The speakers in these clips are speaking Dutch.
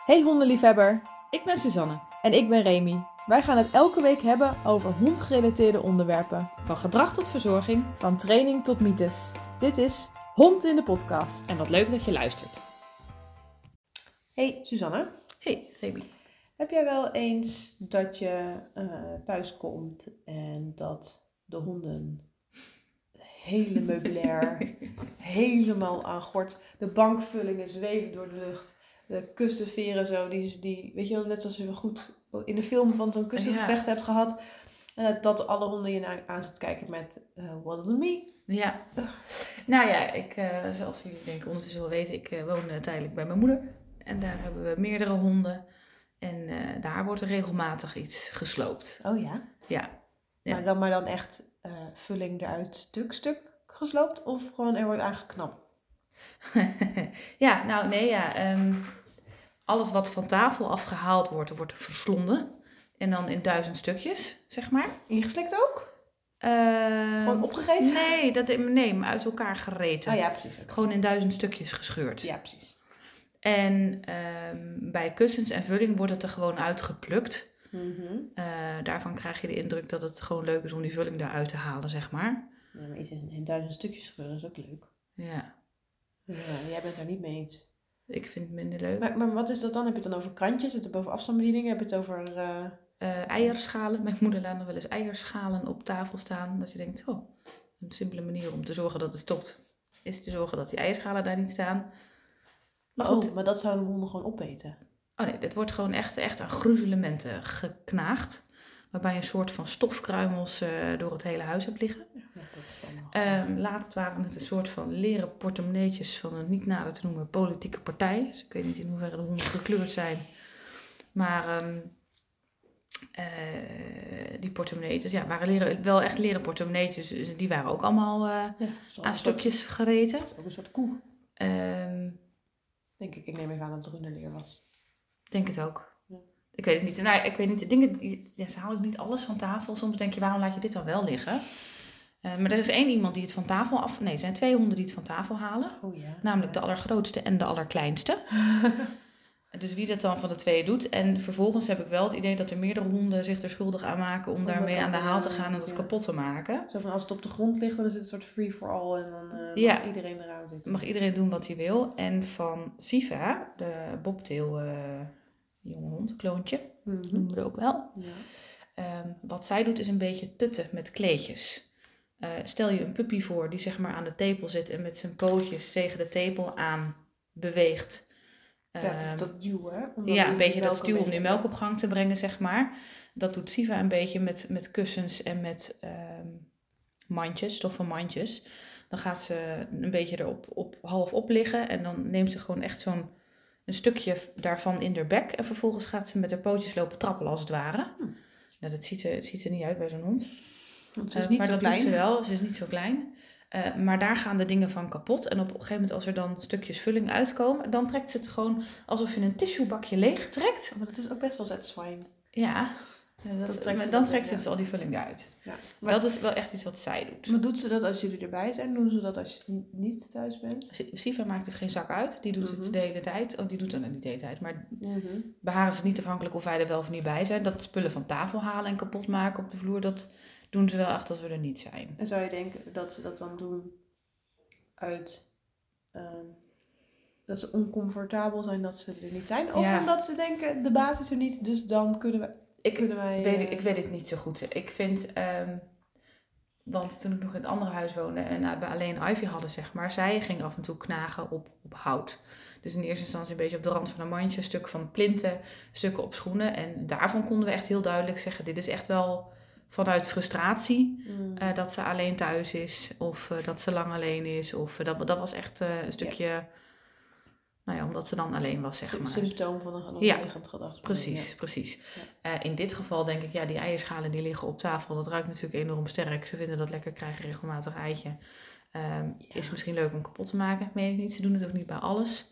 Hey hondenliefhebber, Ik ben Suzanne. en ik ben Remy. Wij gaan het elke week hebben over hondgerelateerde onderwerpen. Van gedrag tot verzorging. Van training tot mythes. Dit is Hond in de podcast. En wat leuk dat je luistert. Hey Suzanne, Hey Remy. heb jij wel eens dat je thuis komt en dat de honden hele meubilair helemaal aan gort, de bankvullingen zweven door de lucht, de kussenveren zo, die weet je wel, net zoals je goed in de film van zo'n kussengevecht hebt gehad, dat alle honden je aan zitten kijken met what is it me? Ja. Nou ja, zoals jullie denken ondertussen wel weten, ik woon tijdelijk bij mijn moeder. En daar hebben we meerdere honden. En daar wordt er regelmatig iets gesloopt. Oh ja? Ja. Ja. Maar dan echt vulling eruit stuk gesloopt of gewoon er wordt aangeknapt? Ja, nou nee, ja. Alles wat van tafel afgehaald wordt, wordt verslonden. En dan in 1000 stukjes, zeg maar. Ingeslikt ook? Gewoon opgegeten? Nee, maar uit elkaar gereten. Oh ja, precies. Okay. Gewoon in 1000 stukjes gescheurd. Ja, precies. En bij kussens en vulling wordt het er gewoon uitgeplukt. Mm-hmm. Daarvan krijg je de indruk dat het gewoon leuk is om die vulling eruit te halen, zeg maar. Ja, maar iets in 1000 stukjes scheuren is ook leuk. Ja. Ja, jij bent daar niet mee eens. Ik vind het minder leuk. Maar wat is dat dan? Heb je het dan over krantjes? Heb je het over afstandsbedieningen? Heb je het over... Eierschalen. Mijn moeder laat nog wel eens eierschalen op tafel staan. Dat je denkt, oh, een simpele manier om te zorgen dat het stopt, is te zorgen dat die eierschalen daar niet staan. Maar goed. Maar dat zouden honden gewoon opeten. Oh nee, dit wordt gewoon echt aan gruzelementen geknaagd. Waarbij een soort van stofkruimels door het hele huis hebt liggen. Ja, dat is dan laatst waren het een soort van leren portemonneetjes van een niet nader te noemen politieke partij. Dus ik weet niet in hoeverre de honden gekleurd zijn. Maar die portemonneetjes, ja, waren wel echt leren portemonneetjes. Dus die waren ook allemaal aan stukjes gereten. Dat is ook een soort koe. Denk ik neem even aan dat het runderleer was. Denk het ook. Ja. Ik weet het niet. Nou, ik weet niet. De dingen, ze halen niet alles van tafel. Soms denk je, waarom laat je dit dan wel liggen? Maar er is één iemand die het van tafel af... Nee, er zijn 2 honden die het van tafel halen. Oh ja. Namelijk de allergrootste en de allerkleinste. Dus wie dat dan van de 2 doet. En vervolgens heb ik wel het idee dat er meerdere honden zich er schuldig aan maken om daarmee aan de haal te gaan en dat kapot te maken. Zo van als het op de grond ligt, dan is het een soort free-for-all en dan mag iedereen eraan zitten. Mag iedereen doen wat hij wil. En van Siva, de bobtail jonge hond, kloontje, noemen we het ook wel. Ja. Wat zij doet is een beetje tutten met kleedjes. Stel je een puppy voor die zeg maar aan de tepel zit en met zijn pootjes tegen de tepel aan beweegt. Dat duwen, hè? Ja, een beetje dat stuwen om die melk op gang te brengen, zeg maar. Dat doet Siva een beetje met kussens en met mandjes, stoffen mandjes. Dan gaat ze een beetje erop half op liggen en dan neemt ze gewoon echt een stukje daarvan in haar bek. En vervolgens gaat ze met haar pootjes lopen trappelen als het ware. Nou, dat ziet er niet uit bij zo'n hond. Want ze is niet maar zo dat klein. doet ze wel, ze is niet zo klein. Maar daar gaan de dingen van kapot. En op een gegeven moment als er dan stukjes vulling uitkomen, dan trekt ze het gewoon alsof je een tissuebakje leeg trekt. Maar dat is ook best wel satisfying. Ja, dan trekt ze dus al die vulling eruit. Ja, maar dat is wel echt iets wat zij doet. Maar doet ze dat als jullie erbij zijn? Doen ze dat als je niet thuis bent? Siva maakt het geen zak uit. Die doet het de hele tijd. Oh, die doet het niet de hele tijd. Maar bij haar is het niet afhankelijk of wij er wel of niet bij zijn. Dat spullen van tafel halen en kapot maken op de vloer, dat doen ze wel echt als we er niet zijn. En zou je denken dat ze dat dan doen uit... dat ze oncomfortabel zijn dat ze er niet zijn? Of omdat ze denken, de baas is er niet, dus dan kunnen wij... Ik weet het niet zo goed. Ik vind... want toen ik nog in het andere huis woonde en we alleen Ivy hadden, zeg maar, zij ging af en toe knagen op hout. Dus in eerste instantie een beetje op de rand van een mandje, stukken van plinten, stukken op schoenen. En daarvan konden we echt heel duidelijk zeggen, dit is echt wel vanuit frustratie dat ze alleen thuis is. Of dat ze lang alleen is. Of dat was echt een stukje... Nou ja, omdat ze dan alleen was, zeg maar. Symptoom van een onderliggend gedrag. Precies. Ja. In dit geval denk ik, die eierschalen die liggen op tafel, dat ruikt natuurlijk enorm sterk. Ze vinden dat lekker, krijgen regelmatig eitje. Is misschien leuk om kapot te maken, meen ik niet. Ze doen het ook niet bij alles.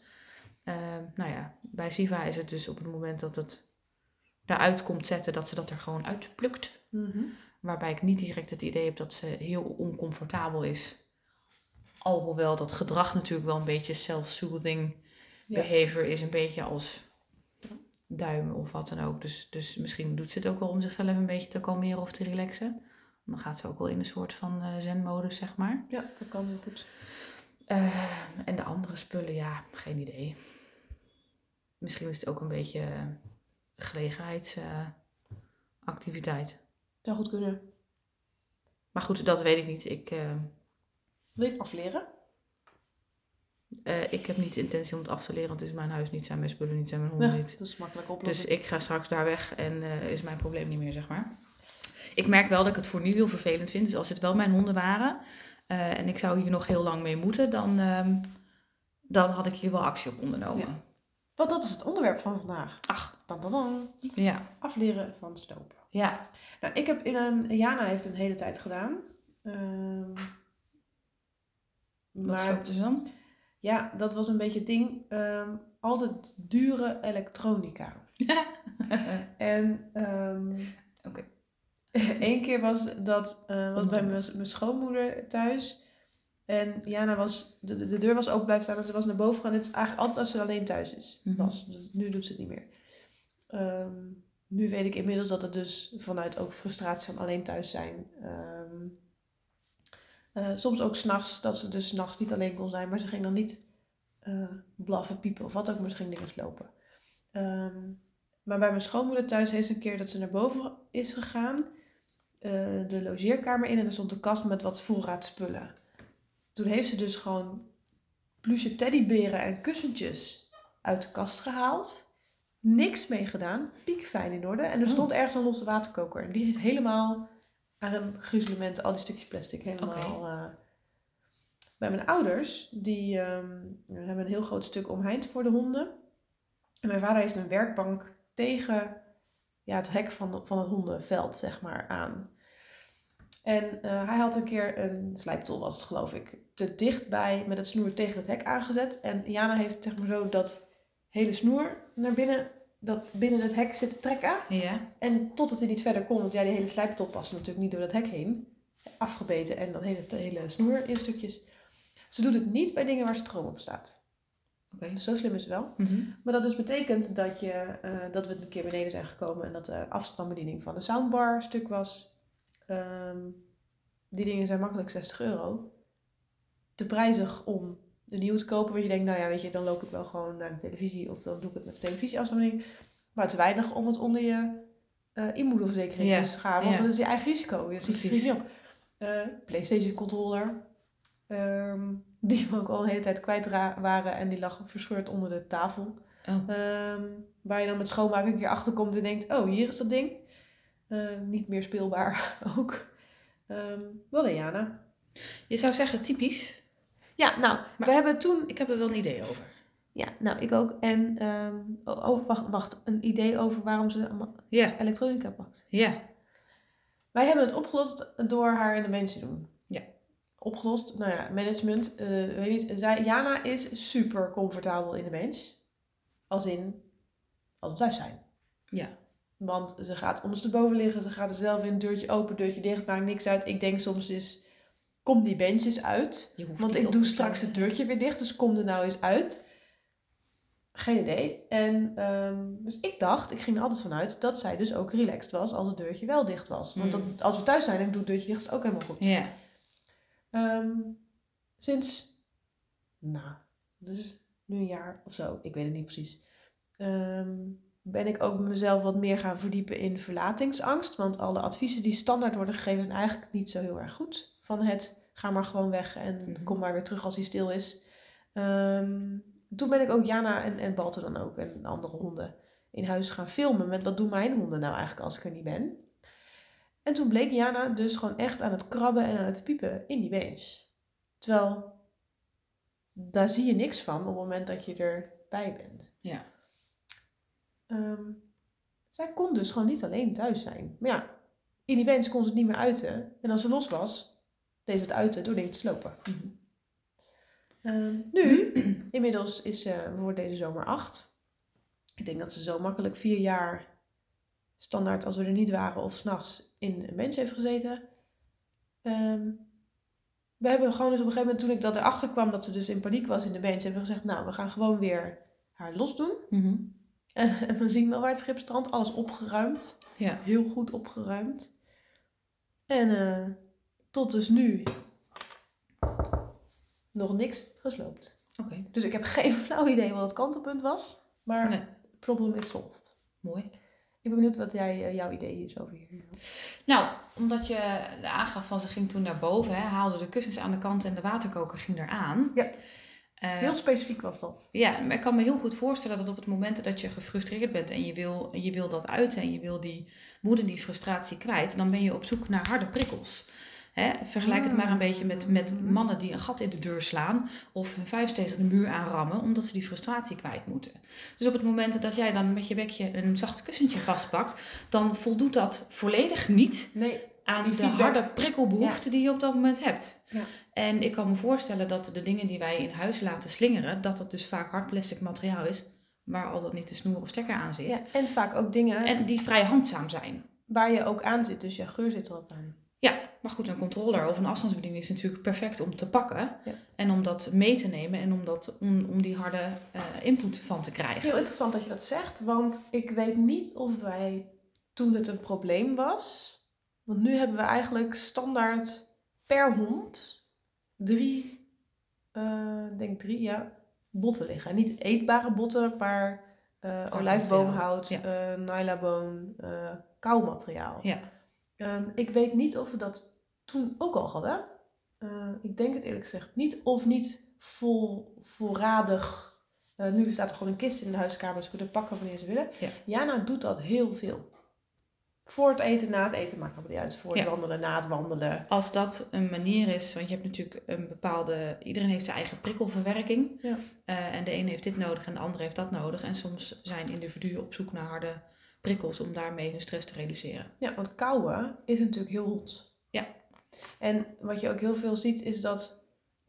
Bij Siva is het dus op het moment dat het eruit komt zetten, dat ze dat er gewoon uitplukt. Waarbij ik niet direct het idee heb dat ze heel oncomfortabel is. Alhoewel dat gedrag natuurlijk wel een beetje self-soothing behavior is, een beetje als duimen of wat dan ook. Dus misschien doet ze het ook wel om zichzelf een beetje te kalmeren of te relaxen. Dan gaat ze ook wel in een soort van zen-modus, zeg maar. Ja, dat kan heel goed. En de andere spullen, ja, geen idee. Misschien is het ook een beetje gelegenheidsactiviteit. Zou goed kunnen. Maar goed, dat weet ik niet. Wil je het afleren? Ik heb niet de intentie om het af te leren, want het is mijn huis niet, zijn mijn spullen niet, zijn mijn honden niet. Dat is makkelijk oplossen. Dus ik ga straks daar weg en is mijn probleem niet meer, zeg maar. Ik merk wel dat ik het voor nu heel vervelend vind. Dus als het wel mijn honden waren en ik zou hier nog heel lang mee moeten, dan had ik hier wel actie op ondernomen. Ja. Want dat is het onderwerp van vandaag. Ach, Dan. ja. Afleren van stopen. Ja. Nou, ik heb Jana heeft een hele tijd gedaan. Wat stoopte ze dan? Ja, dat was een beetje het ding. Altijd dure elektronica. En Oké. één keer was dat was bij mijn schoonmoeder thuis. En Jana was, de deur was open blijven staan en ze was naar boven gegaan. Het is eigenlijk altijd als ze alleen thuis is. Was. Dus nu doet ze het niet meer. Nu weet ik inmiddels dat het dus vanuit ook frustratie van alleen thuis zijn. Soms ook 's nachts, dat ze dus 's nachts niet alleen kon zijn. Maar ze ging dan niet blaffen, piepen of wat ook, maar ze ging dingen slopen. Maar bij mijn schoonmoeder thuis heeft ze een keer dat ze naar boven is gegaan. De logeerkamer in en er stond een kast met wat voorraadspullen. Toen heeft ze dus gewoon pluche teddyberen en kussentjes uit de kast gehaald. Niks mee gedaan. Piekfijn in orde. En er stond ergens een losse waterkoker. En die zit helemaal aan een gruzelement. Al die stukjes plastic helemaal. Bij mijn ouders. Die hebben een heel groot stuk omheind voor de honden. En mijn vader heeft een werkbank tegen het hek van het hondenveld, zeg maar, aan. En hij had een keer een slijptol, was het geloof ik, te dichtbij met het snoer tegen het hek aangezet. En Jana heeft zeg maar zo dat hele snoer naar binnen, dat binnen het hek zit te trekken. Ja. En totdat hij niet verder kon, want die hele slijptol past natuurlijk niet door dat hek heen. Afgebeten en dan hele snoer in stukjes. Ze doet het niet bij dingen waar stroom op staat. Oké. Dus zo slim is het wel. Maar dat dus betekent dat dat we een keer beneden zijn gekomen en dat de afstandsbediening van de soundbar stuk was. Die dingen zijn makkelijk €60. Te prijzig om een nieuw te kopen. Want je denkt, nou ja, weet je, dan loop ik wel gewoon naar de televisie. Of dan doe ik het met de televisieafstandsbediening. Maar te weinig om het onder je inboedelverzekering te schaven. Want dat is je eigen risico. Je ziet het niet op. PlayStation controller. Die we ook al een hele tijd kwijt waren. En die lag verscheurd onder de tafel. Oh. Waar je dan met schoonmaken een keer achterkomt en denkt, oh, hier is dat ding. Niet meer speelbaar ook. Wel Jana. Je zou zeggen typisch. Ja, nou, maar we hebben toen... Ik heb er wel een idee over. Ja, nou, ik ook. En wacht. Een idee over waarom ze allemaal elektronica pakt. Ja. Wij hebben het opgelost door haar in de bench te doen. Ja. Opgelost, nou ja, management. Weet niet, Jana is super comfortabel in de bench. Als we thuis zijn. Ja. Want ze gaat ondersteboven liggen, ze gaat er zelf in, deurtje open, deurtje dicht, maakt niks uit. Ik denk soms komt die bench eens uit. Want ik doe straks het deurtje weer dicht, dus kom er nou eens uit. Geen idee. En dus ik ging er altijd vanuit dat zij dus ook relaxed was als het deurtje wel dicht was. Want als we thuis zijn en ik doe het deurtje dicht, is het ook helemaal goed. Ja. Sinds, dus nu een jaar of zo, ik weet het niet precies. Ben ik ook mezelf wat meer gaan verdiepen in verlatingsangst. Want alle adviezen die standaard worden gegeven zijn eigenlijk niet zo heel erg goed. Van ga maar gewoon weg en kom maar weer terug als hij stil is. Toen ben ik ook Jana en Balto dan ook en andere honden in huis gaan filmen. Met wat doen mijn honden nou eigenlijk als ik er niet ben. En toen bleek Jana dus gewoon echt aan het krabben en aan het piepen in die bench. Terwijl, daar zie je niks van op het moment dat je erbij bent. Ja. Zij kon dus gewoon niet alleen thuis zijn. Maar ja, in die bench kon ze het niet meer uiten. En als ze los was, deed ze het uiten door dingen te slopen. Nu, inmiddels is ze voor deze zomer 8. Ik denk dat ze zo makkelijk 4 jaar standaard als we er niet waren of 's nachts in een bench heeft gezeten. We hebben gewoon dus op een gegeven moment, toen ik dat erachter kwam dat ze dus in paniek was in de bench, hebben we gezegd, nou, we gaan gewoon weer haar los doen. En we zien wel waar het schip strandt. Alles opgeruimd. Ja. Heel goed opgeruimd. En tot dus nu nog niks gesloopt. Oké. Dus ik heb geen flauw idee wat het kantelpunt was. Maar Nee. problem is solved. Mooi. Ik ben benieuwd wat jouw idee is over hier. Nou, omdat je aangaf van ze ging toen naar boven, haalde de kussens aan de kant en de waterkoker ging eraan. Ja. Heel specifiek was dat. Ja, maar ik kan me heel goed voorstellen dat op het moment dat je gefrustreerd bent en je wil dat uiten en je wil die woede en die frustratie kwijt, dan ben je op zoek naar harde prikkels. Vergelijk het maar een beetje met mannen die een gat in de deur slaan of hun vuist tegen de muur aanrammen omdat ze die frustratie kwijt moeten. Dus op het moment dat jij dan met je bekje een zacht kussentje vastpakt, dan voldoet dat volledig niet aan de harde prikkelbehoefte die je op dat moment hebt. Ja. En ik kan me voorstellen dat de dingen die wij in huis laten slingeren, dat dat dus vaak hard plastic materiaal is, waar al dat niet de snoer of stekker aan zit. Ja, en vaak ook dingen En die vrij handzaam zijn. waar je ook aan zit, dus je geur zit er ook aan. Ja, maar goed, een controller of een afstandsbediening is natuurlijk perfect om te pakken. Ja. En om dat mee te nemen en om die harde input van te krijgen. Heel interessant dat je dat zegt, want ik weet niet of wij toen het een probleem was. Want nu hebben we eigenlijk standaard per hond 3 botten liggen. En niet eetbare botten, maar olijfboomhout, nylaboon, kauwmateriaal. Ja. Ik weet niet of we dat toen ook al hadden. Ik denk het eerlijk gezegd niet. Of niet voorradig. Nu staat er gewoon een kist in de huiskamer. Ze kunnen pakken wanneer ze willen. Ja. Jana doet dat heel veel. Voor het eten, na het eten maakt dat niet uit. Voor het wandelen, na het wandelen. Als dat een manier is, want je hebt natuurlijk een bepaalde... Iedereen heeft zijn eigen prikkelverwerking. Ja. En de ene heeft dit nodig en de andere heeft dat nodig. En soms zijn individuen op zoek naar harde prikkels om daarmee hun stress te reduceren. Ja, want kauwen is natuurlijk heel honds. Ja. En wat je ook heel veel ziet is dat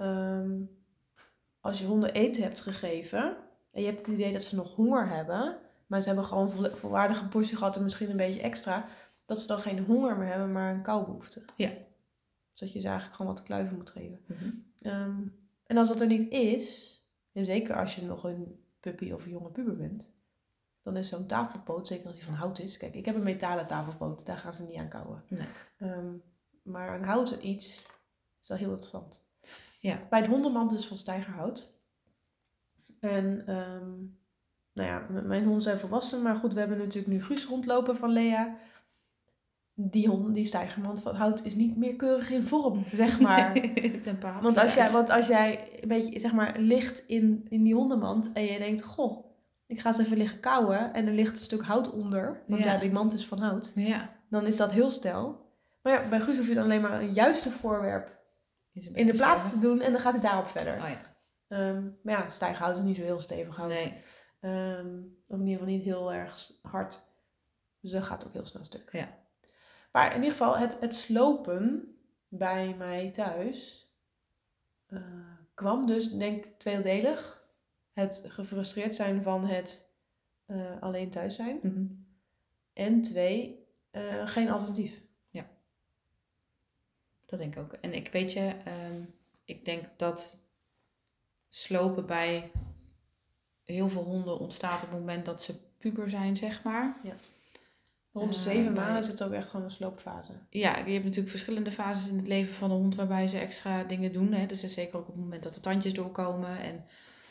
als je honden eten hebt gegeven en je hebt het idee dat ze nog honger hebben, maar ze hebben gewoon volwaardige portie gehad en misschien een beetje extra, dat ze dan geen honger meer hebben, maar een kauwbehoefte. Ja. Dus dat je ze eigenlijk gewoon wat kluiven moet geven. Mm-hmm. En als dat er niet is, en zeker als je nog een puppy of een jonge puber bent, dan is zo'n tafelpoot, zeker als die van hout is. Kijk, ik heb een metalen tafelpoot, daar gaan ze niet aan kauwen. Nee. Maar een houten iets is wel heel interessant. Ja. Bij het hondenmand is van steigerhout. En mijn honden zijn volwassen, maar goed, we hebben natuurlijk nu Guus rondlopen van Lea. Die steigermand van hout is niet meer keurig in vorm, zeg maar. Want als jij een beetje, zeg maar, ligt in die hondenmand en je denkt, goh, ik ga eens even liggen kauwen en er ligt een stuk hout onder, want die mand is van hout. Ja. Dan is dat heel snel. Maar ja, bij Guus hoef je dan alleen maar een juiste voorwerp in de plaats te doen en dan gaat hij daarop verder. Oh ja. Maar ja, stijghout is niet zo heel stevig hout. Nee. Of in ieder geval niet heel erg hard. Dus dat gaat ook heel snel stuk. Ja. Maar in ieder geval, het slopen bij mij thuis kwam dus, denk ik, tweedelig. Het gefrustreerd zijn van het alleen thuis zijn. Mm-hmm. En 2, geen alternatief. Ja. Dat denk ik ook. En ik weet je, ik denk dat slopen bij heel veel honden ontstaat op het moment dat ze puber zijn, zeg maar. Ja. Rond de 7 maanden zit ook echt gewoon een sloopfase. Ja, je hebt natuurlijk verschillende fases in het leven van een hond waarbij ze extra dingen doen. Hè? Dus zeker ook op het moment dat de tandjes doorkomen. En,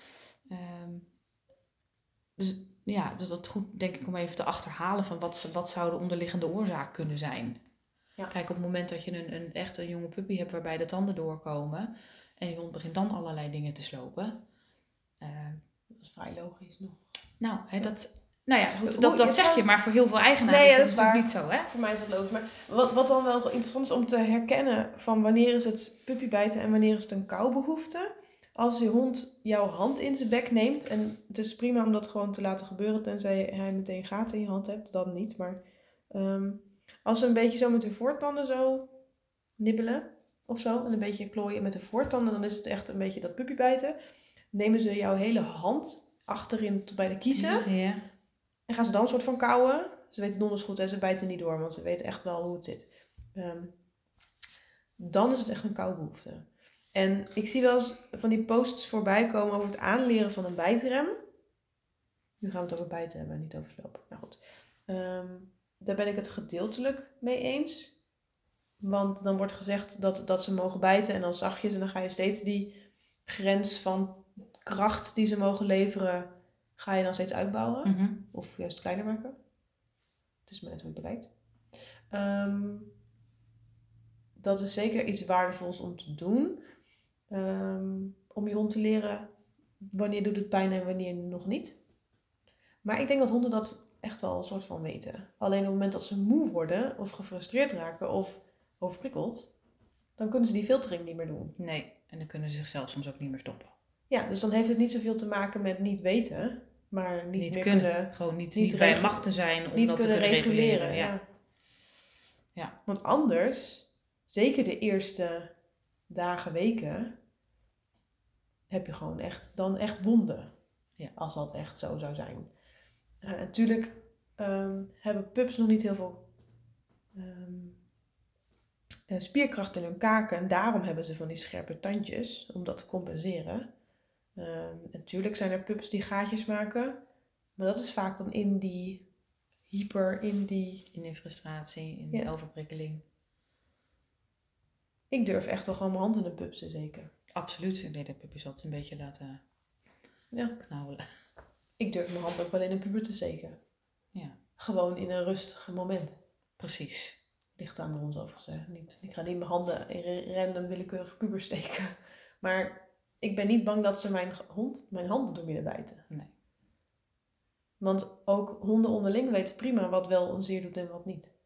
dus dat is goed, denk ik, om even te achterhalen van wat zou de onderliggende oorzaak kunnen zijn. Ja. Kijk, op het moment dat je echt een jonge puppy hebt waarbij de tanden doorkomen en die hond begint dan allerlei dingen te slopen. Dat is vrij logisch nog. Dat zeg je, maar voor heel veel eigenaren is dat natuurlijk niet zo, hè? Voor mij is dat logisch. Maar wat dan wel interessant is om te herkennen van wanneer is het puppybijten en wanneer is het een kauwbehoefte. Als je hond jouw hand in zijn bek neemt, en het is prima om dat gewoon te laten gebeuren, tenzij hij meteen gaten in je hand hebt, dan niet. Maar als ze een beetje zo met hun voortanden zo nibbelen of zo, en een beetje klooien met de voortanden, dan is het echt een beetje dat puppybijten. Nemen ze jouw hele hand achterin tot bij de kiezen. Ja. En gaan ze dan een soort van kauwen. Ze weten donders goed en ze bijten niet door, want ze weten echt wel hoe het zit. Dan is het echt een kauwbehoefte. En ik zie wel eens van die posts voorbij komen over het aanleren van een bijtrem. Nu gaan we het over bijten hebben, niet over slopen. Nou goed. Daar ben ik het gedeeltelijk mee eens. Want dan wordt gezegd dat ze mogen bijten en dan zachtjes. En dan ga je steeds die grens van kracht die ze mogen leveren, ga je dan steeds uitbouwen. Mhm. Of juist kleiner maken. Het is maar net hoe je het bekijkt. Dat is zeker iets waardevols om te doen. Om je hond te leren wanneer doet het pijn en wanneer nog niet. Maar ik denk dat honden dat echt wel een soort van weten. Alleen op het moment dat ze moe worden of gefrustreerd raken of overprikkeld, dan kunnen ze die filtering niet meer doen. Nee, en dan kunnen ze zichzelf soms ook niet meer stoppen. Ja, dus dan heeft het niet zoveel te maken met niet weten, maar niet meer kunnen. Gewoon niet bij machten zijn om niet dat te kunnen reguleren. Ja. Want anders, zeker de eerste dagen, weken, heb je gewoon echt wonden. Ja. Als dat echt zo zou zijn. Natuurlijk hebben pups nog niet heel veel spierkracht in hun kaken. En daarom hebben ze van die scherpe tandjes, om dat te compenseren. Natuurlijk zijn er pups die gaatjes maken. Maar dat is vaak dan in die in die frustratie, in die overprikkeling. Ik durf echt wel gewoon mijn hand in de pups te steken. Absoluut. Ik denk dat puppies altijd een beetje laten knauwelen. Ik durf mijn hand ook wel in een puber te steken. Ja. Gewoon in een rustig moment. Precies. Ligt aan de hond overigens. Ik ga niet mijn handen in random willekeurige puber steken. Maar ik ben niet bang dat ze mijn handen door midden bijten. Nee. Want ook honden onderling weten prima wat wel een zeer doet en wat niet.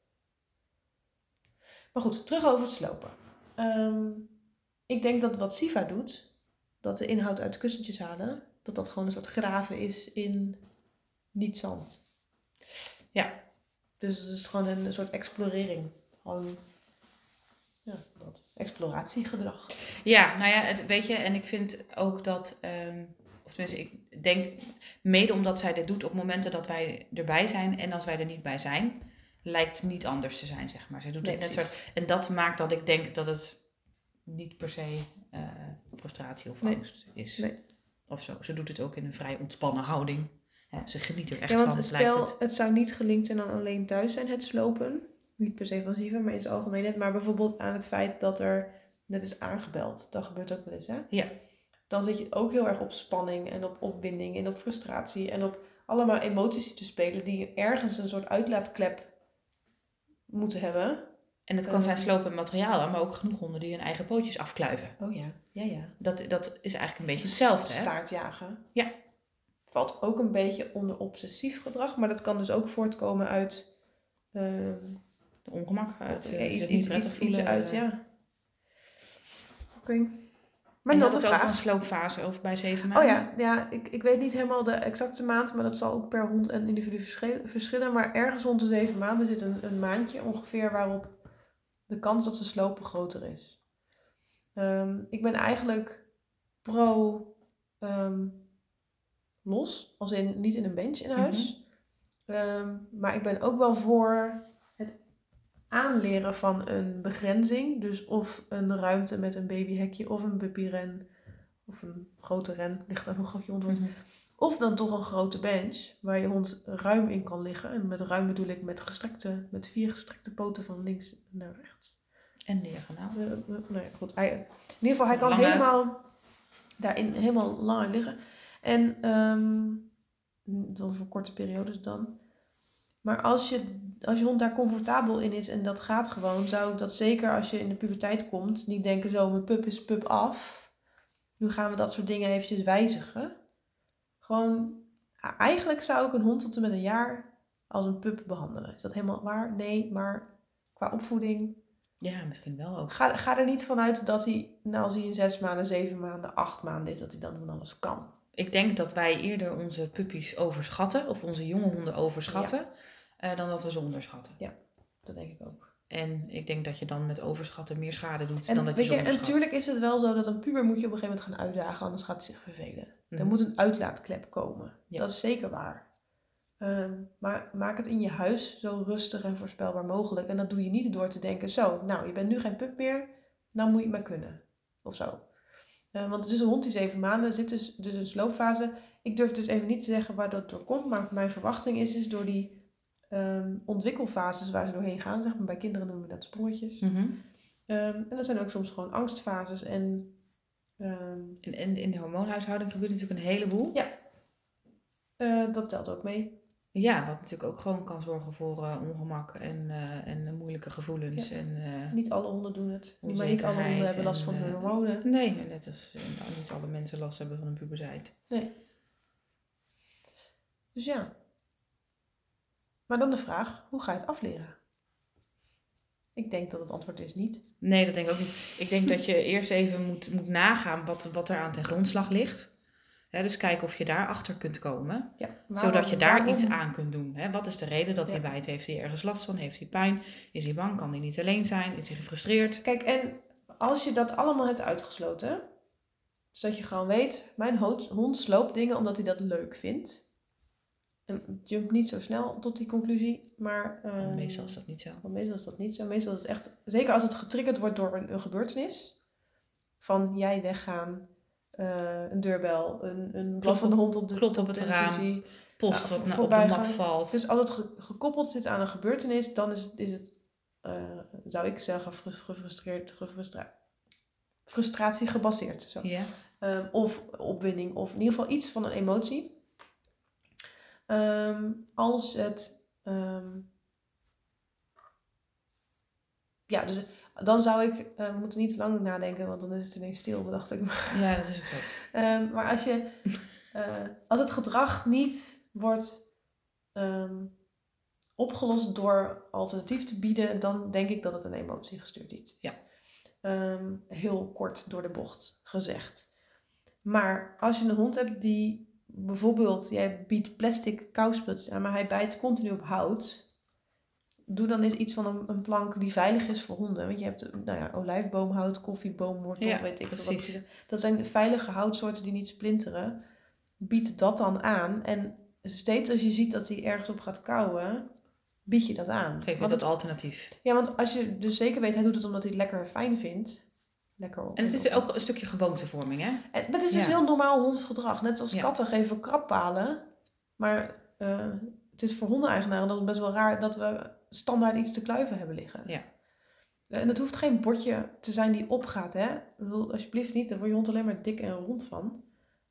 Maar goed, terug over het slopen. Ik denk dat wat Siva doet, dat de inhoud uit kussentjes halen, dat gewoon een soort graven is in niet zand. Ja. Dus het is gewoon een soort explorering. Gewoon, dat exploratiegedrag. Ja, nou ja, weet je, en ik vind ook dat, of tenminste, ik denk, mede omdat zij dit doet op momenten dat wij erbij zijn en als wij er niet bij zijn, lijkt niet anders te zijn, zeg maar. Ze doet het net zo. En dat maakt dat ik denk dat het niet per se frustratie of angst is. Nee. Of zo. Ze doet het ook in een vrij ontspannen houding. Ja, ze geniet er echt want van. Stel, het zou niet gelinkt zijn aan alleen thuis zijn, het slopen. Niet per se van Siva, maar in het algemeen. Maar bijvoorbeeld aan het feit dat er net is aangebeld. Dat gebeurt ook wel eens, hè? Ja. Dan zit je ook heel erg op spanning en op opwinding en op frustratie. En op allemaal emoties te spelen die ergens een soort uitlaatklep moeten hebben. En het kan zijn slopen materiaal, maar ook genoeg honden die hun eigen pootjes afkluiven. Oh ja, ja. Dat is eigenlijk een beetje hetzelfde, hè? Staartjagen. Ja. Valt ook een beetje onder obsessief gedrag, maar dat kan dus ook voortkomen uit de ongemak, uit zich niet iets prettig voelen. Uit, ja. Oké. Maar en nog dan een het vraag. Over een sloopfase over bij 7 maanden. Oh ja, ik weet niet helemaal de exacte maand, maar dat zal ook per hond en individu verschillen. Maar ergens rond de 7 maanden zit een maandje ongeveer waarop de kans dat ze slopen groter is. Ik ben eigenlijk pro los, als in niet in een bench in huis. Maar ik ben ook wel voor het aanleren van een begrenzing. Dus of een ruimte met een babyhekje of een puppyren of een grote ren, ligt aan hoe groot je hond wordt. Of dan toch een grote bench waar je hond ruim in kan liggen. En met ruim bedoel ik met 4 gestrekte poten van links naar rechts. En diagonaal. Nou ja, goed. In ieder geval, hij kan helemaal daarin helemaal lang liggen. En voor korte periodes dan. Maar als je hond daar comfortabel in is en dat gaat gewoon, zou ik dat zeker als je in de puberteit komt, niet denken zo, mijn pup is pup af. Nu gaan we dat soort dingen eventjes wijzigen. Gewoon, eigenlijk zou ik een hond tot en met een jaar als een pup behandelen. Is dat helemaal waar? Nee, maar qua opvoeding. Ja, misschien wel ook. Ga er niet vanuit dat hij, als hij in 6 maanden, 7 maanden, 8 maanden is, dat hij dan van alles kan. Ik denk dat wij eerder onze puppies overschatten, of onze jonge honden overschatten, dan dat we ze onderschatten. Ja, dat denk ik ook. En ik denk dat je dan met overschatten meer schade doet en, dan dat je ze onderschat. En natuurlijk is het wel zo dat een puber moet je op een gegeven moment gaan uitdagen, anders gaat hij zich vervelen. Er moet een uitlaatklep komen. Ja. Dat is zeker waar. Maar maak het in je huis zo rustig en voorspelbaar mogelijk. En dat doe je niet door te denken, zo, nou, je bent nu geen pup meer, nou moet je het maar kunnen. Of zo. Want het is een hond die 7 maanden zit, dus een sloopfase. Ik durf dus even niet te zeggen waar dat door komt. Maar mijn verwachting is door die ontwikkelfases waar ze doorheen gaan. Zeg maar, bij kinderen noemen we dat sprongetjes. En dat zijn ook soms gewoon angstfases. En in de hormoonhuishouding gebeurt natuurlijk een heleboel. Ja, dat telt ook mee. Ja, wat natuurlijk ook gewoon kan zorgen voor ongemak en moeilijke gevoelens. Ja. En, Niet alle honden doen het. Maar niet alle honden hebben last van hun hormonen. Nee, net als niet alle mensen last hebben van een puberteit. Nee. Dus ja. Maar dan de vraag, hoe ga je het afleren? Ik denk dat het antwoord is niet. Nee, dat denk ik ook niet. Ik denk dat je eerst even moet nagaan wat er aan ten grondslag ligt. Dus kijken of je daarachter kunt komen. Ja, zodat je daar iets aan kunt doen. Wat is de reden dat hij bijt? Heeft hij ergens last van? Heeft hij pijn? Is hij bang? Kan hij niet alleen zijn? Is hij gefrustreerd? Kijk, en als je dat allemaal hebt uitgesloten. Dus dat je gewoon weet, mijn hond sloopt dingen omdat hij dat leuk vindt. En jump niet zo snel tot die conclusie. Maar meestal is dat niet zo. Meestal is dat niet zo. Meestal is het echt, zeker als het getriggerd wordt door een gebeurtenis. Van jij weggaan. Een deurbel, een blaffende hond op de klop op het raam, post wat op de mat valt. Dus als het gekoppeld zit aan een gebeurtenis, dan is het zou ik zeggen, frustratie gebaseerd. Zo. Ja. Of opwinding, of in ieder geval iets van een emotie. Als het... dus dan zou ik... we moeten niet te lang nadenken, want dan is het ineens stil, bedacht ik. Ja, dat is ook zo. Maar als je... als het gedrag niet wordt opgelost door alternatief te bieden, dan denk ik dat het een emotie gestuurd iets is. Ja. Heel kort door de bocht gezegd. Maar als je een hond hebt die bijvoorbeeld, jij biedt plastic kouspeeltjes aan, maar hij bijt continu op hout. Doe dan eens iets van een plank die veilig is voor honden. Want je hebt olijfboomhout, koffieboomwortel, weet ik veel wat. Dat zijn veilige houtsoorten die niet splinteren. Bied dat dan aan. En steeds als je ziet dat hij ergens op gaat kauwen, bied je dat aan. Geef je dat alternatief. Ja, want als je dus zeker weet, hij doet het omdat hij het lekker fijn vindt. Lekker en het is ook een stukje gewoontevorming, hè? Maar het is dus heel normaal hondsgedrag. Net zoals katten geven krappalen. Maar het is voor hondeneigenaren dan best wel raar dat we standaard iets te kluiven hebben liggen. Ja. En het hoeft geen bordje te zijn die opgaat, hè. Ik bedoel, alsjeblieft niet, daar wordt je hond alleen maar dik en rond van.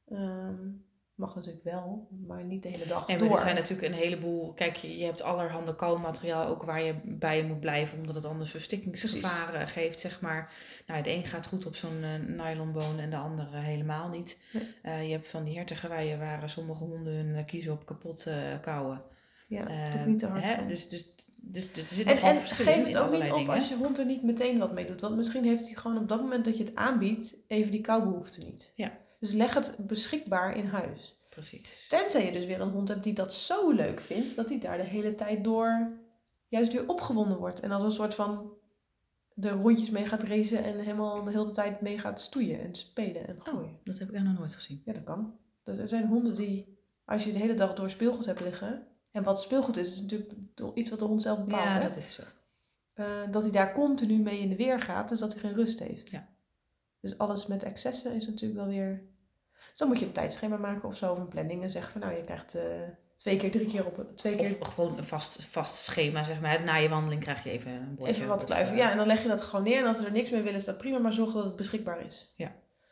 Mag natuurlijk wel, maar niet de hele dag door. En er zijn natuurlijk een heleboel... Kijk, je hebt allerhande kauwmateriaal ook waar je bij moet blijven, omdat het anders verstikkingsgevaar geeft, zeg maar. Nou, de een gaat goed op zo'n nylonboon en de andere helemaal niet. Nee. Je hebt van die herten waar sommige honden hun kiezen op kapot kauwen. Ja, dat niet te hard. Dus er zit nogal verschil in. En geef het ook niet op dingen. als je hond er niet meteen wat mee doet. Want misschien heeft hij gewoon op dat moment dat je het aanbiedt, even die kauwbehoefte niet. Ja. Dus leg het beschikbaar in huis. Precies. Tenzij je dus weer een hond hebt die dat zo leuk vindt, dat hij daar de hele tijd door juist weer opgewonden wordt. En als een soort van de rondjes mee gaat racen en helemaal de hele tijd mee gaat stoeien en spelen en gooien. Oh, dat heb ik nog nooit gezien. Ja, dat kan. Er zijn honden die, als je de hele dag door speelgoed hebt liggen, en wat speelgoed is natuurlijk iets wat de hond zelf bepaalt. Ja, hè? dat is zo. Dat hij daar continu mee in de weer gaat, dus dat hij geen rust heeft. Ja. Dus alles met excessen is natuurlijk wel weer... Dus dan moet je een tijdschema maken of zo, of een planning en zeggen van nou, je krijgt 2 keer, 3 keer op... 2 keer... Of gewoon een vast schema, zeg maar. Na je wandeling krijg je even een bordje. Even wat kluiven, ja. En dan leg je dat gewoon neer en als ze er niks mee willen, is dat prima, maar zorg dat het beschikbaar is. Ja.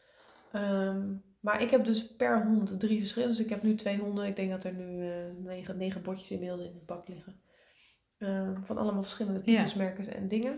Maar ik heb dus per hond 3 verschillen. Dus ik heb nu 2 honden. Ik denk dat er nu 9 bordjes inmiddels in de bak liggen. Van allemaal verschillende types, merken en dingen.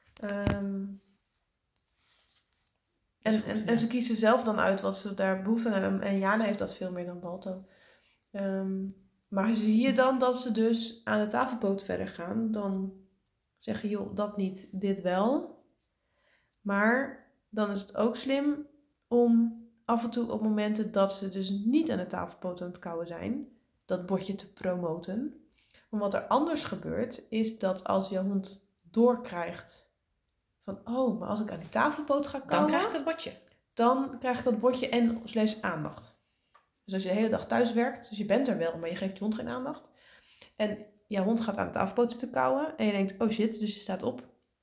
En ze kiezen zelf dan uit wat ze daar behoefte aan hebben. En Jana heeft dat veel meer dan Balto. Maar zie je dan dat ze dus aan de tafelpoot verder gaan. Dan zeggen, joh, dat niet, dit wel. Maar dan is het ook slim om af en toe op momenten dat ze dus niet aan de tafelpoot aan het kauwen zijn, dat bordje te promoten. Want wat er anders gebeurt, is dat als je hond doorkrijgt van, oh, maar als ik aan die tafelpoot ga kauwen, dan krijg ik dat bordje. Dan krijg ik dat bordje en / aandacht. Dus als je de hele dag thuis werkt, dus je bent er wel, maar je geeft je hond geen aandacht. En je hond gaat aan de tafelpoot zitten kauwen en je denkt, oh shit, dus je staat op.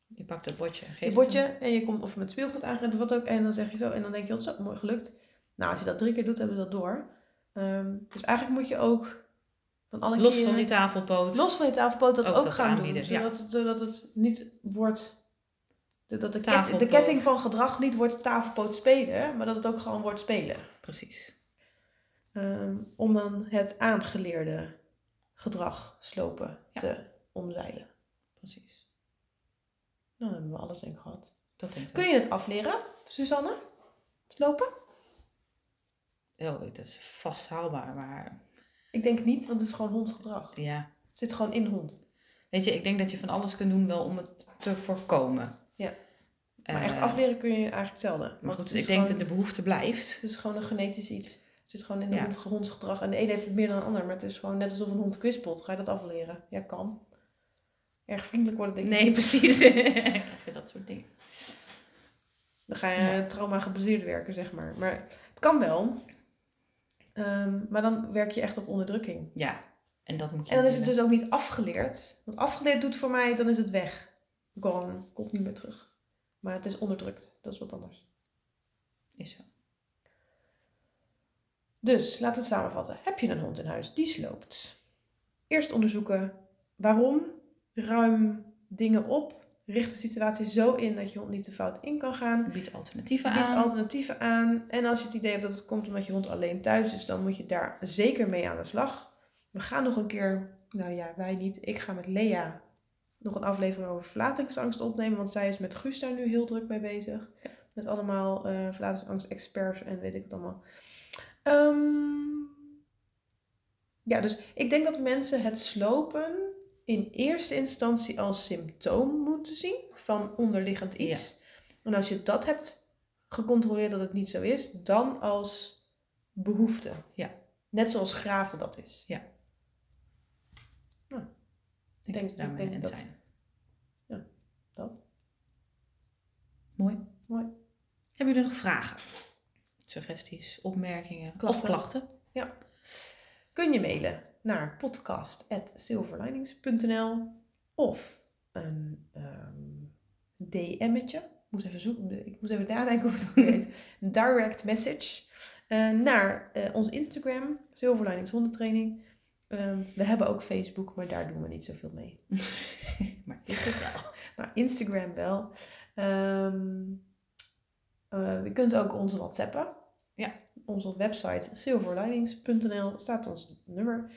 Je pakt het bordje en Je geeft bordje het en je komt of met speelgoed aangerend of wat ook. En dan zeg je zo. En dan denk je, wat zo, mooi gelukt. Nou, als je dat 3 keer doet, hebben we dat door. Dus eigenlijk moet je ook van alle hem. Los keren... van die tafelpoot. Los van je tafelpoot dat ook dat gaan aanbieden, doen. Zodat het niet wordt... Dat de Tafelpoot. ketting van gedrag niet wordt tafelpoot spelen. Maar dat het ook gewoon wordt spelen. Precies. Om dan het aangeleerde gedrag slopen te omzeilen. Precies. Dan hebben we alles denk ik gehad. Dat denk ik. Kun je het afleren, Suzanne? Slopen? Oh, dat is vast haalbaar, maar... Ik denk niet, want het is gewoon hondsgedrag. Ja. Het zit gewoon in de hond. Weet je, ik denk dat je van alles kunt doen wel om het te voorkomen. Ja. Maar echt afleren kun je eigenlijk zelden. Maar goed, ik denk dat de behoefte blijft. Het is gewoon een genetisch iets. Het zit gewoon in de hondsgedrag. En de een heeft het meer dan de ander. Maar het is gewoon net alsof een hond kwispelt. Ga je dat afleren? Ja, kan. Erg vriendelijk worden, denk ik. Nee, precies. Dat soort dingen. Dan ga je trauma gebaseerd werken, zeg maar. Maar het kan wel. Maar dan werk je echt op onderdrukking. Ja, en dat moet je En dan is het dus ook niet afgeleerd. Want afgeleerd doet voor mij, dan is het weg. Gone. Komt niet meer terug. Maar het is onderdrukt. Dat is wat anders. Is zo. Dus, laten we het samenvatten. Heb je een hond in huis die sloopt? Eerst onderzoeken waarom. Ruim dingen op. Richt de situatie zo in dat je hond niet de fout in kan gaan. Bied alternatieven aan. En als je het idee hebt dat het komt omdat je hond alleen thuis is, dan moet je daar zeker mee aan de slag. We gaan nog een keer, nou ja, wij niet. Ik ga met Lea nog een aflevering over verlatingsangst opnemen. Want zij is met Guus daar nu heel druk mee bezig. Ja. Met allemaal verlatingsangst-experts en weet ik het allemaal. Ja, dus ik denk dat mensen het slopen in eerste instantie als symptoom moeten zien van onderliggend iets. Ja. En als je dat hebt gecontroleerd dat het niet zo is, dan als behoefte. Ja. Net zoals graven dat is. Ja. Nou, ik denk dat we daarmee in zijn. Ja, dat. Mooi. Hebben jullie nog vragen? Suggesties, opmerkingen of klachten? Ja. Kun je mailen naar podcast@silverlinings.nl of een DM'tje. Ik moest even nadenken hoe het heet. Een direct message naar ons Instagram, Silverlinings hondentraining. We hebben ook Facebook, maar daar doen we niet zoveel mee. Maar dit is wel. Maar Instagram wel. Je kunt ook ons WhatsAppen. Ja. Onze website silverlinings.nl staat ons nummer.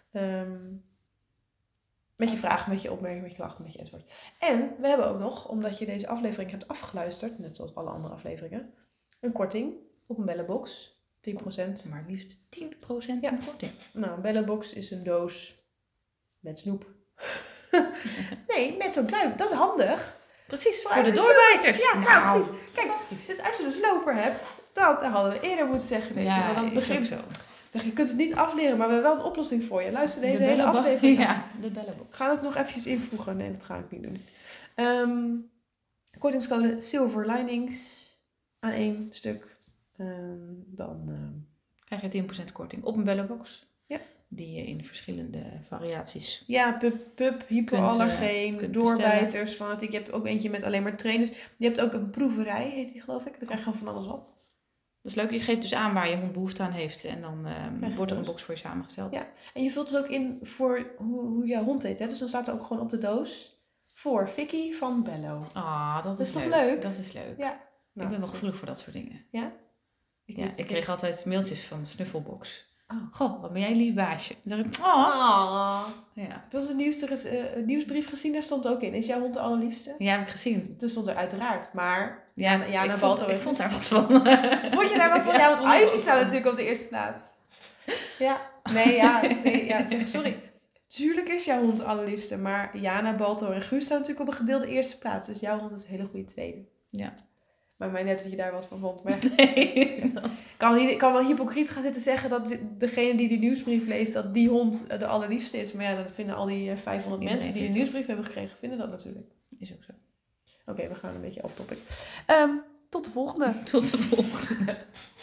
Met je vragen, met je opmerkingen, met je klachten, met je enzovoort. En we hebben ook nog, omdat je deze aflevering hebt afgeluisterd, net zoals alle andere afleveringen, een korting op een bellenbox. 10%. Maar liefst 10% een korting. Nou, een bellenbox is een doos met snoep. Nee, met zo'n kluif. Dat is handig. Precies, voor de doorbijters. Ja, nou precies. Kijk, dus als je een sloper hebt, dat hadden we eerder moeten zeggen. Weet je, want dan begin zo. Je kunt het niet afleren, maar we hebben wel een oplossing voor je. Luister deze hele aflevering. Ja, de bellenbox. Ga het nog eventjes invoegen. Nee, dat ga ik niet doen. Kortingscode Silverlinings aan 1 stuk. Dan krijg je 10% korting op een bellenbox. Ja. Die je in verschillende variaties. Ja, pup, hypoallergeen, doorbijters, fanatiek. Je hebt ook eentje met alleen maar trainers. Je hebt ook een proeverij, heet die geloof ik. Dan krijg je gewoon van alles wat. Dat is leuk. Je geeft dus aan waar je hond behoefte aan heeft. En dan wordt er een box voor je samengesteld. Ja, en je vult dus ook in voor hoe jouw hond heet. Hè? Dus dan staat er ook gewoon op de doos voor Vicky van Bello. Ah, dat is toch leuk? Dat is leuk. Ja. Nou, ik ben wel gevoelig voor dat soort dingen. Ja? Ik kreeg altijd mailtjes van de Snuffelbox. Oh. Goh, wat ben jij een lief baasje. Dan dacht ik, Ja. Heb je onze nieuwsbrief gezien? Daar stond ook in. Is jouw hond de allerliefste? Ja, heb ik gezien. Toen stond er uiteraard, maar... Ja, ik vond daar wat van. Vond je daar wat van? Ja, want Ivy staat natuurlijk op de eerste plaats. Ja. Sorry. Tuurlijk is jouw hond de allerliefste, maar Jana, Balto en Guus staan natuurlijk op een gedeelde eerste plaats. Dus jouw hond is een hele goede tweede. Ja. Maar mij net dat je daar wat van vond. Maar nee. Ik kan wel hypocriet gaan zitten zeggen dat degene die nieuwsbrief leest, dat die hond de allerliefste is. Maar ja, dat vinden al die 500 mensen die een nieuwsbrief hebben gekregen, vinden dat natuurlijk. Is ook zo. Oké, we gaan een beetje off topic. Tot de volgende. Tot de volgende.